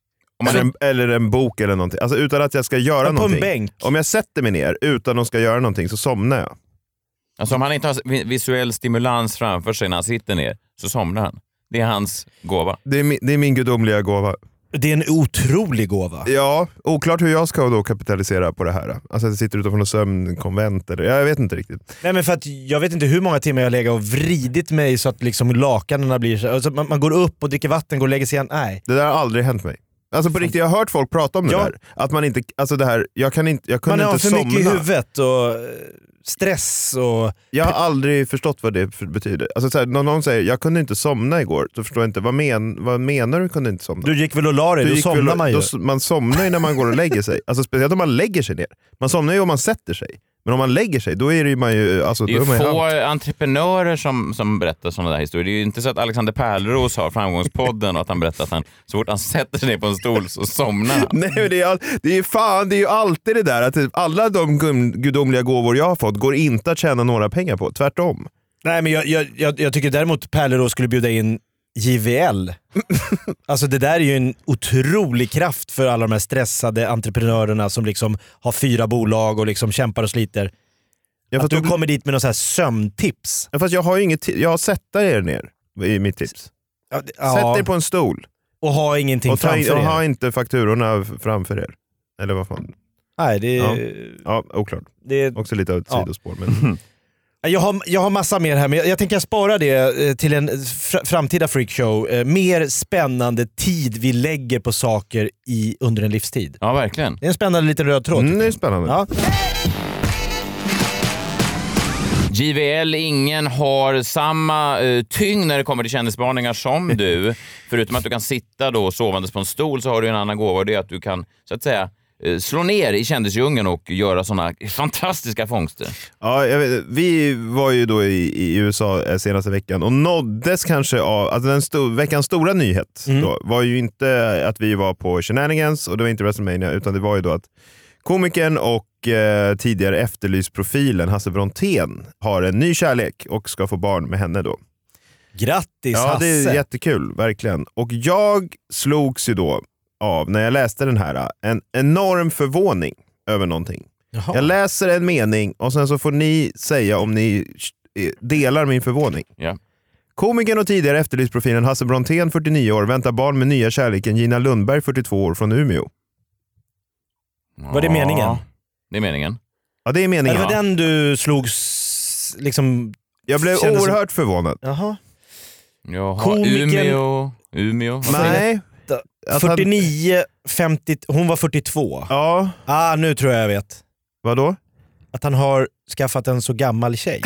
Eller en bok eller någonting. Alltså utan att jag ska göra någonting. På en bänk. Om jag sätter mig ner utan att ska göra någonting så somnar jag. Alltså om han inte har visuell stimulans framför sig när han sitter ner så somnar han. Det är hans gåva. Det är min gudomliga gåva. Det är en otrolig gåva. Ja, oklart hur jag ska då kapitalisera på det här. Alltså jag sitter utanför någon sömnkonvent eller jag vet inte riktigt. Nej, men för att jag vet inte hur många timmar jag lägger och vridit mig så att liksom lakanerna blir så. Alltså man går upp och dricker vatten, går och lägger sig igen. Nej. Det där har aldrig hänt mig. Alltså på riktigt, jag har hört folk prata om det där. Att man inte, alltså det här, jag kunde inte somna. Man har för mycket i huvudet och stress och... Jag har aldrig förstått vad det betyder. Alltså så här, någon säger, jag kunde inte somna igår. Så förstår jag inte, vad menar du kunde inte somna? Du gick väl och la dig, då somnar man ju. Man somnar ju när man går och lägger sig. Alltså speciellt om man lägger sig ner. Man somnar ju om man sätter sig. Men om man lägger sig, då är det ju man ju... Alltså, det är ju få entreprenörer som berättar sådana där historier. Det är ju inte så att Alexander Pärleros har Framgångspodden och att han berättar att han, så fort han sätter sig ner på en stol så somnar han. Nej, men det är ju alltid det där att alla de gudomliga gåvor jag har fått går inte att tjäna några pengar på. Tvärtom. Nej, men jag tycker däremot Pärleros skulle bjuda in JVL. Alltså det där är ju en otrolig kraft för alla de här stressade entreprenörerna som liksom har 4 bolag och liksom kämpar och sliter. Att du kommer dit med någon så här sömntips. Ja, fast jag har ju inget jag har sett er ner i mitt tips. Sätt er på en stol. Och ha ingenting framför er. Och ha inte fakturorna framför er. Eller vad fan. Nej, det är... Ja, oklart. Det är också lite av ett sidospår. Men... Jag har massa mer här, men jag tänker spara det till en framtida freakshow. Mer spännande tid vi lägger på saker under en livstid. Ja, verkligen. Det är en spännande liten röd tråd. Det är spännande. Ja. JVL, ingen har samma tyngd när det kommer till kändisbarningar som du. Förutom att du kan sitta då sovandes på en stol så har du en annan gåva, och det är att du kan så att säga slå ner i kändisdjungeln och göra såna fantastiska fångster. Ja, jag vet, vi var ju då i USA senaste veckan och nåddes kanske av, alltså veckans stora nyhet då, var ju inte att vi var på Shenanigans och det var inte WrestleMania, utan det var ju då att komikern och tidigare Efterlysprofilen Hasse Brontén har en ny kärlek och ska få barn med henne då. Grattis Hasse! Ja, det är jättekul, verkligen. Och jag slogs ju då av, när jag läste den här, en enorm förvåning över någonting. Jaha. Jag läser en mening och sen så får ni säga om ni delar min förvåning. Ja. Komikern och tidigare Efterlysprofilen Hasse Brontén, 49 år, väntar barn med nya kärleken Gina Lundberg, 42 år, från Umeå. Var det meningen? Det är meningen. Ja, det är meningen. Det var den du slogs liksom... Jag blev oerhört förvånad. Jaha. Umeå. Nej. 49, 50, hon var 42. Ja. Nu tror jag vet. Vadå? Att han har skaffat en så gammal tjej.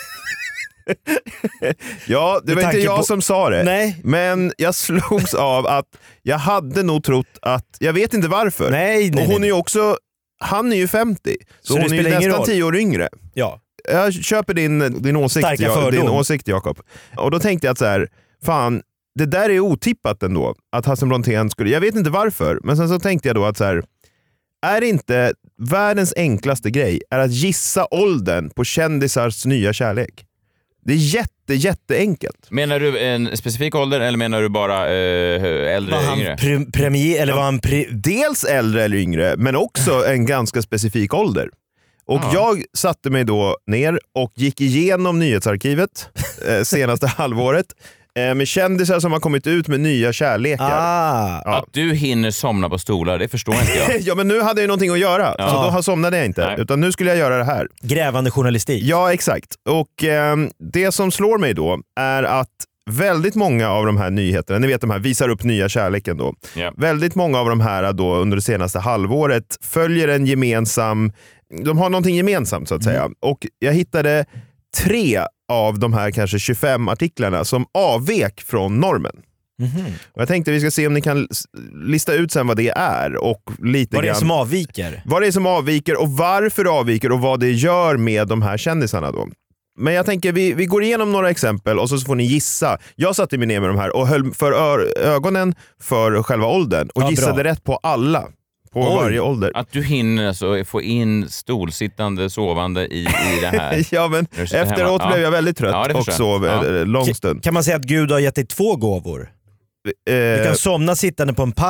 Ja, det var inte jag som sa det. Nej. Men jag slogs av att jag hade nog trott att, jag vet inte varför. Nej. Och hon är ju också, han är ju 50. Så hon är ju nästan 10 år yngre. Ja. Jag köper din åsikt, Jakob. Och då tänkte jag att så här, fan, det där är otippat ändå, att Hasse Brontén skulle, jag vet inte varför, men sen så tänkte jag då att så här, är det inte världens enklaste grej är att gissa åldern på kändisars nya kärlek? Det är jätteenkelt. Menar du en specifik ålder eller menar du bara äldre eller yngre? Premier eller var han dels äldre eller yngre, men också en ganska specifik ålder. Och jag satte mig då ner och gick igenom nyhetsarkivet senaste halvåret med kändisar som har kommit ut med nya kärlekar. Att du hinner somna på stolar, det förstår inte jag. Ja, men nu hade jag någonting att göra, så då somnade jag inte. Nej. Utan nu skulle jag göra det här. Grävande journalistik. Ja, exakt. Och det som slår mig då är att väldigt många av de här nyheterna, ni vet de här visar upp nya kärleken då. Yeah. Väldigt många av de här då under det senaste halvåret följer en gemensam, de har någonting gemensamt så att säga. Och jag hittade 3 av de här kanske 25 artiklarna som avvek från normen. Och jag tänkte vi ska se om ni kan lista ut sen vad det är och lite vad det är som avviker. Vad det är som avviker och varför det avviker och vad det gör med de här kändisarna då. Men jag tänker vi går igenom några exempel och så får ni gissa. Jag satte mig ner med de här och höll för ögonen för själva åldern och gissade rätt på alla. På varje ålder. Att du hinner alltså få in stolsittande, sovande i det här. Ja, men efteråt blev jag väldigt trött och sov lång stund. Kan man säga att Gud har gett dig 2 gåvor? Du kan somna sittande på en pall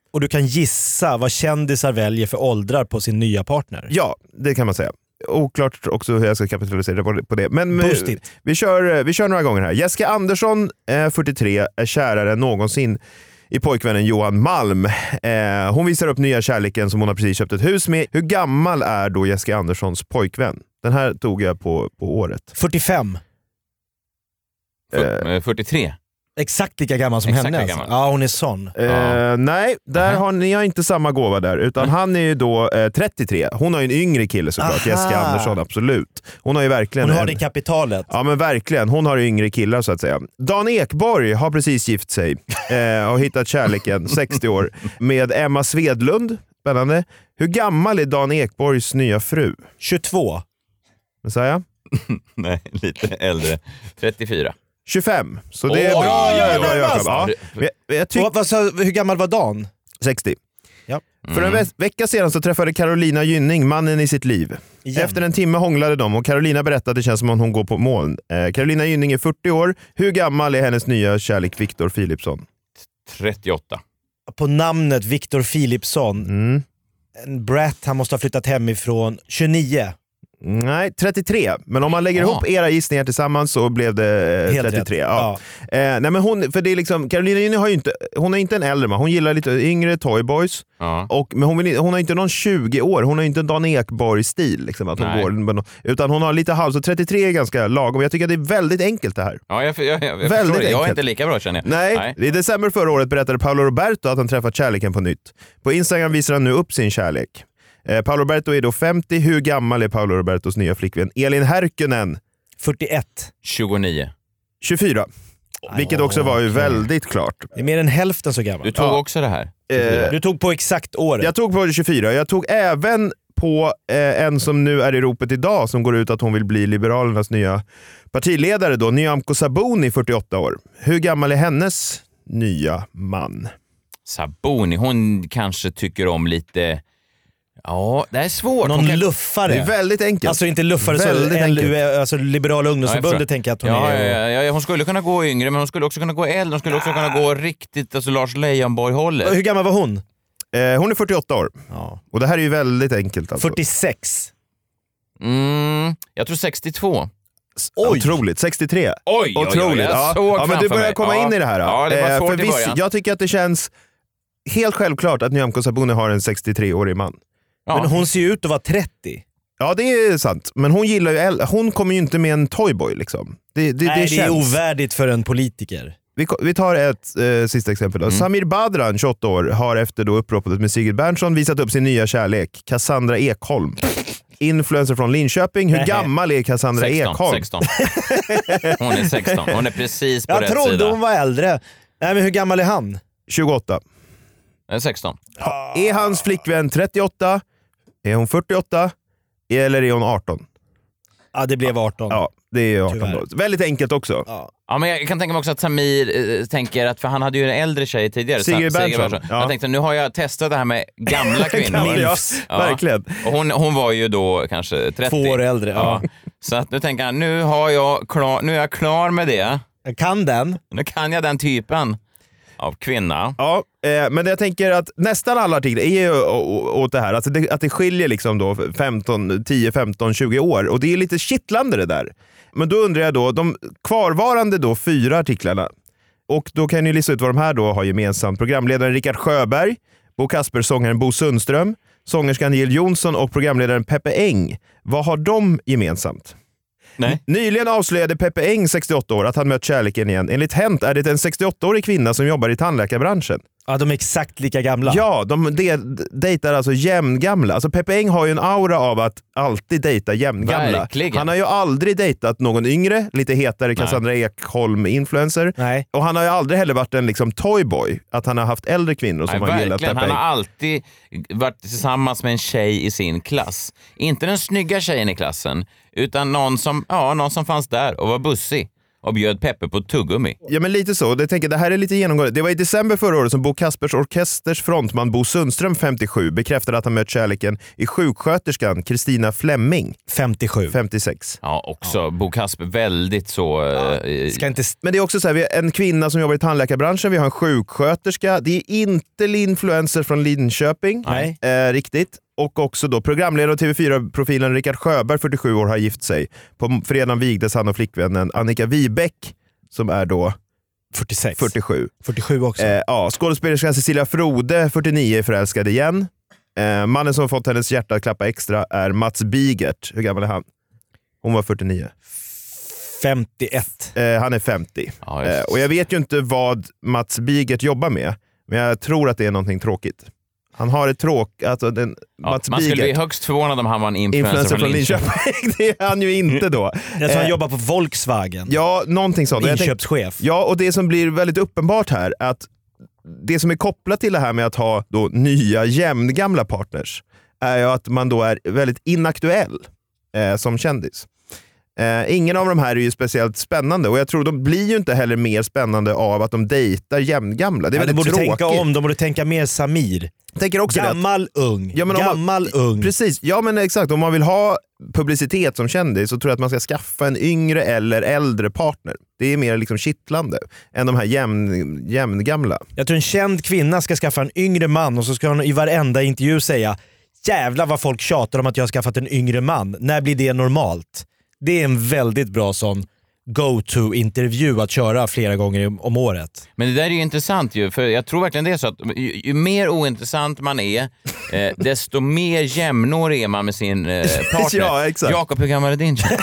Och du kan gissa vad kändisar väljer för åldrar på sin nya partner. Ja, det kan man säga. Oklart också hur jag ska kapitalisera på det. Men vi kör några gånger här. Jessica Andersson, 43, är kärare än någonsin i pojkvännen Johan Malm. Hon visar upp nya kärleken som hon har precis köpt ett hus med. Hur gammal är då Jessica Anderssons pojkvän? Den här tog jag på året. 45. 43. Exakt lika gammal som henne. Alltså. Ja, hon är sån. Nej, där har ni inte samma gåva där. Utan han är ju då 33. Hon har ju en yngre kille såklart. Jessica Andersson, absolut. Hon har ju verkligen... Hon har det kapitalet. Ja, men verkligen. Hon har yngre killar så att säga. Dan Ekborg har precis gift sig. Och hittat kärleken, 60 år. Med Emma Svedlund. Spännande. Hur gammal är Dan Ekborgs nya fru? 22. Vad sa jag? Nej, lite äldre. 34. 25. Så det är bra. Ja. Hur gammal var Dan? 60. Ja. För en vecka sedan så träffade Carolina Gynning mannen i sitt liv. Igen. Efter en timme hånglade de och Carolina berättade att det känns som om hon går på moln. Carolina Gynning är 40 år. Hur gammal är hennes nya kärlek Victor Philipsson? 38. På namnet Victor Philipsson. En brat, han måste ha flyttat hemifrån. 29. Nej, 33. Men om man lägger ihop era gissningar tillsammans så blev det 33. Ja. Nej, men för det är liksom, Carolina Gynning har ju inte, hon är inte en äldre man. Hon gillar lite yngre Toyboys. Men hon har inte någon 20 år. Hon har inte en Dan Ekborg-stil liksom, att hon går, utan hon har lite halv. Så 33 är ganska lagom. Jag tycker att det är väldigt enkelt det här. Ja, jag förstår det. Jag är inte lika bra, känner jag. Nej. I december förra året berättade Paolo Roberto att han träffat kärleken på nytt. På Instagram visar han nu upp sin kärlek. Paolo Roberto är då 50. Hur gammal är Paolo Robertos nya flickvän? Elin Härkönen. 41. 29. 24. Vilket också var ju väldigt klart. Det är mer än hälften så gammal. Du tog också det här. Du tog på exakt året. Jag tog på 24. Jag tog även på en som nu är i ropet idag som går ut att hon vill bli Liberalernas nya partiledare då. Nyamko Sabuni, 48 år. Hur gammal är hennes nya man? Sabuni, hon kanske tycker om lite... Ja, det är svårt. Någon luffare. Det är väldigt enkelt. Alltså inte luffare, alltså Liberala ungdomsförbundet tänker att hon är... Ja, hon skulle kunna gå yngre, men hon skulle också kunna gå äldre. Hon skulle också kunna gå riktigt, alltså Lars Leijonborg-hållet. Hur gammal var hon? Hon är 48 år. Ja. Och det här är ju väldigt enkelt. Alltså. 46. Jag tror 62. Oj. Otroligt, 63. Oj, otroligt. Men du börjar komma in i det här. Ja, det var svårt i början. Jag tycker att det känns helt självklart att Nyamko Sabuni har en 63-årig man. Ja. Men hon ser ju ut att vara 30. Ja, det är sant. Men hon gillar ju hon kommer ju inte med en toyboy liksom. Nej, det är ovärdigt för en politiker. Vi tar ett sista exempel då. Samir Badran, 28 år, har efter då uppropet med Sigrid Bernson visat upp sin nya kärlek, Cassandra Ekholm. Influencer från Linköping. Hur gammal är Cassandra Ekholm? 16. Hon är 16. Hon är precis på rätt sida. Jag trodde hon var äldre. Nej, men hur gammal är han? 28. 16. Är hans flickvän 38? Är hon 48? Eller är hon 18? Ja, det blev 18. Ja, det är 18 då. Väldigt enkelt också. Ja, men jag kan tänka mig också att Samir tänker att, för han hade ju en äldre tjej tidigare. Sigrid Bernson. Ja. Jag tänkte, nu har jag testat det här med gamla kvinnor. Ja, verkligen. Och hon var ju då kanske 30. 2 år äldre. Ja. Så att nu tänker jag, nu är jag klar med det. Jag kan den. Nu kan jag den typen av kvinna. Ja, men jag tänker att nästan alla artiklar är ju åt det här. Alltså att det skiljer liksom då 10, 15, 20 år. Och det är lite kittlande det där. Men då undrar jag då, de kvarvarande då 4 artiklarna. Och då kan ni lista ut vad de här då har gemensamt. Programledaren Rickard Sjöberg, Bo Kasper, sångaren Bo Sundström, sångerskan Jill Johnson och programledaren Peppe Eng. Vad har de gemensamt? Nej. Nyligen avslöjade Peppe Eng, 68 år, att han mött kärleken igen. Enligt Hänt är det en 68-årig kvinna som jobbar i tandläkarbranschen. Ja, de är exakt lika gamla. Ja, de dejtar alltså jämngamla. Alltså Peppe Eng har ju en aura av att alltid dejta jämngamla. Verkligen. Han har ju aldrig dejtat någon yngre, lite hetare Cassandra Ekholm-influencer. Nej. Och han har ju aldrig heller varit en liksom toyboy, att han har haft äldre kvinnor som har gillat Peppe Eng. Han har alltid varit tillsammans med en tjej i sin klass. Inte den snygga tjejen i klassen, utan någon som fanns där och var bussig. och bjöd Peppe på tuggummi. Ja, men lite så. Det här är lite genomgående. Det var i december förra året som Bo Kaspers Orkesters frontman Bo Sundström, 57, bekräftade att han mött kärleken i sjuksköterskan Kristina Flemming, 56. Ja, också Bo Kasper väldigt så... Men det är också så här, vi har en kvinna som jobbar i tandläkarbranschen, vi har en sjuksköterska. Det är inte influencer från Linköping. Nej. Riktigt. Och också då programledare och TV4-profilen Rickard Sjöberg, 47 år, har gift sig. På fredagen vigdes han och flickvännen Annika Wibeck, som är då 47 också. Skådespelerskan Cecilia Frode, 49, är förälskad igen. Mannen som har fått hennes hjärta att klappa extra är Mats Bigert. Hur gammal är han? Hon var 49. 51. Han är 50. Och jag vet ju inte vad Mats Bigert jobbar med, men jag tror att det är någonting tråkigt. Han har ett tråk... Alltså man skulle bli högst förvånad om han var en influencer från Linköping. Det är han ju inte då. Jag tror han jobbar på Volkswagen. Ja, någonting sånt. Inköpschef. Ja, och det som blir väldigt uppenbart här, att det som är kopplat till det här med att ha då nya jämngamla partners är ju att man då är väldigt inaktuell som kändis. Ingen av de här är ju speciellt spännande, och jag tror de blir ju inte heller mer spännande av att de dejtar jämngamla. Det är väldigt tråkigt. De borde tänka mer Samir. Tänker också gammal ung. Ja, men ung. Precis, ja men exakt. Om man vill ha publicitet som kändis så tror jag att man ska skaffa en yngre eller äldre partner. Det är mer liksom kittlande än de här jämngamla. Jag tror en känd kvinna ska skaffa en yngre man och så ska hon i varenda intervju säga: jävlar vad folk tjatar om att jag har skaffat en yngre man. När blir det normalt? Det är en väldigt bra sån go-to-intervju att köra flera gånger om året. Men det där är ju intressant ju, för jag tror verkligen det är så att ju mer ointressant man är, desto mer jämnårig är man med sin partner. Ja, exakt. Jakob, hur gammal är din tjej?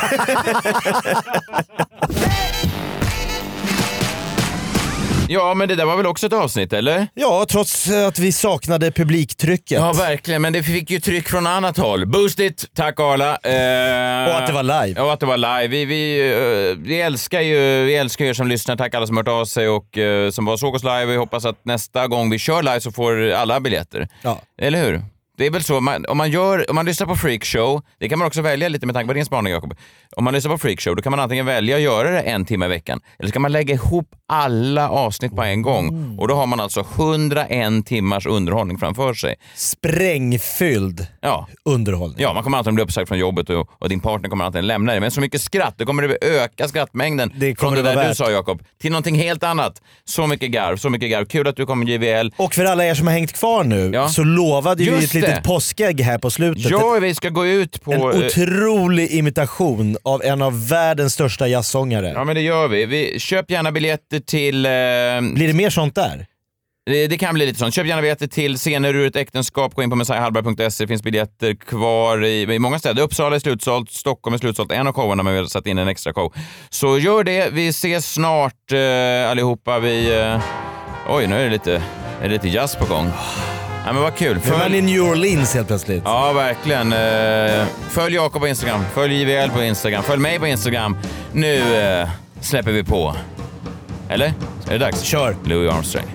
Ja, men det där var väl också ett avsnitt, eller? Ja, trots att vi saknade publiktrycket. Ja, verkligen. Men det fick ju tryck från annat håll. Boost it, tack Arla. Och att det var live. Och att det var live. Vi älskar ju er som lyssnar. Tack alla som hört av sig och som var såg oss live. Vi hoppas att nästa gång vi kör live så får alla biljetter. Ja. Eller hur? Det är väl så, om man lyssnar på Freakshow, det kan man också välja lite med tanke på din spaning, Jakob. Om man lyssnar på Freakshow, då kan man antingen välja att göra det 1 timme i veckan, eller så kan man lägga ihop alla avsnitt på en gång. Och då har man alltså 101 timmars underhållning framför sig. Sprängfylld underhållning. Ja, man kommer antagligen bli uppsagd från jobbet och din partner kommer antagligen lämna dig. Men så mycket skratt, då kommer det öka skrattmängden från det där du sa, Jakob, till någonting helt annat. Så mycket garv. Kul att du kommer, JVL. Och för alla er som har hängt kvar nu, så lovade ju ett litet påskägg här på slutet. Ja, vi ska gå ut på... En otrolig imitation av en av världens största jazzsångare. Ja, men det gör vi. Köp gärna biljetter till... Blir det mer sånt där? Det kan bli lite sånt. Köp gärna biljetter till Scener ur ett äktenskap. Gå in på messiahallberg.se. Det finns biljetter kvar i många städer. Uppsala är slutsålt, Stockholm är slutsålt. En av showerna, men vi har satt in en extra show. Så gör det. Vi ses snart allihopa. Oj, nu är det lite jazz på gång. Ja, men vad kul. Man är i New Orleans helt plötsligt. Ja, verkligen. Följ Jakob på Instagram. Följ JVL på Instagram. Följ mig på Instagram. Nu släpper vi på. Eller? Är det dags? Kör. Louis Armstrong.